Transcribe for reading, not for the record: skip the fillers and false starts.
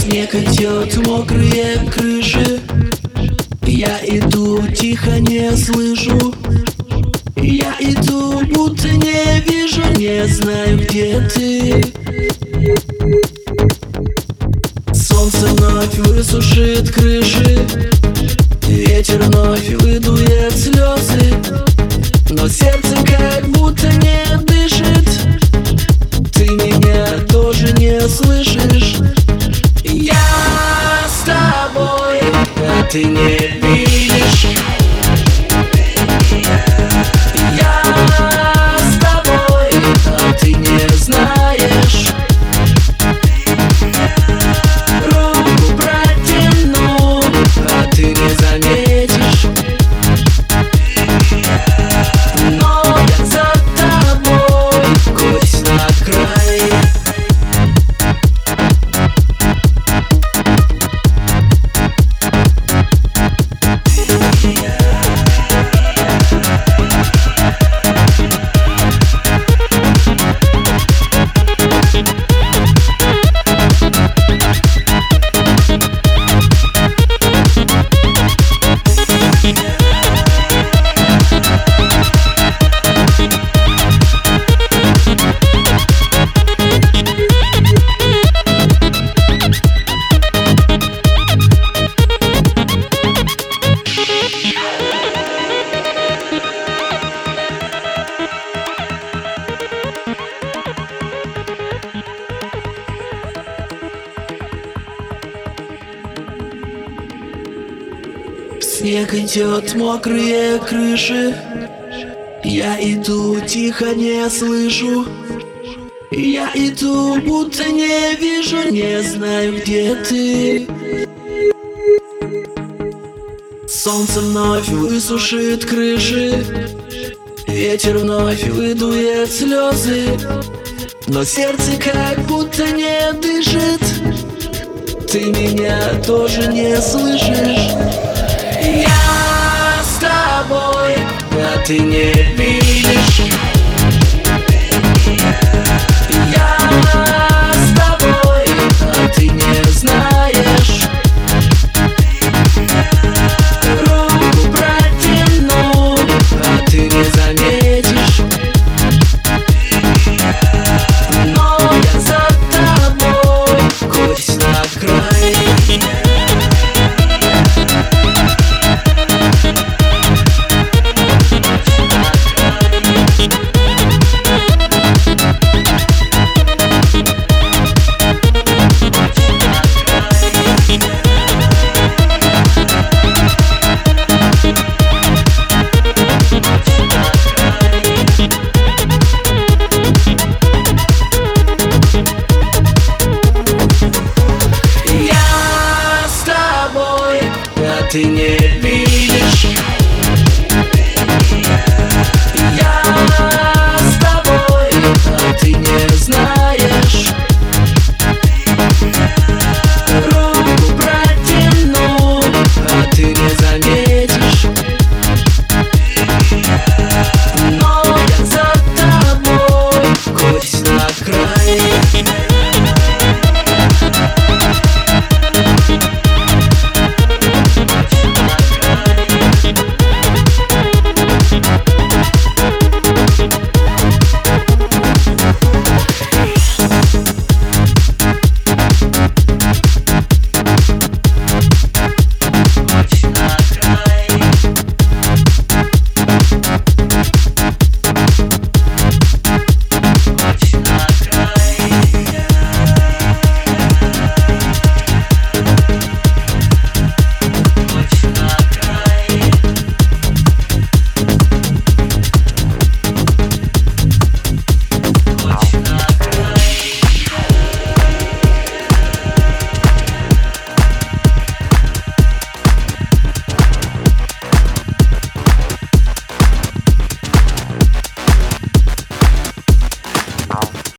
Снег идет, мокрые крыши. Я иду, тихо, не слышу. Я иду, будто не вижу, не знаю, где ты. Солнце вновь высушит крыши, ветер вновь выдует слезы, но сердце как будто не дышит. Ты меня тоже не слышишь. Я с тобой, а ты не видишь. Я с тобой, а ты не знаешь. Руку протяну, а ты не заметишь. Но я за тобой, хоть на край. Снег идет, мокрые крыши. Я иду, тихо, не слышу. Я иду, будто не вижу, не знаю, где ты. Солнце вновь высушит крыши, ветер вновь выдует слезы, но сердце как будто не дышит. Ты меня тоже не слышишь. Я с тобой, а ты не видишь. Я с тобой, а ты не знаешь. Руку протяну, а ты не заметишь. Но я за тобой, хоть на край. Ты не видишь.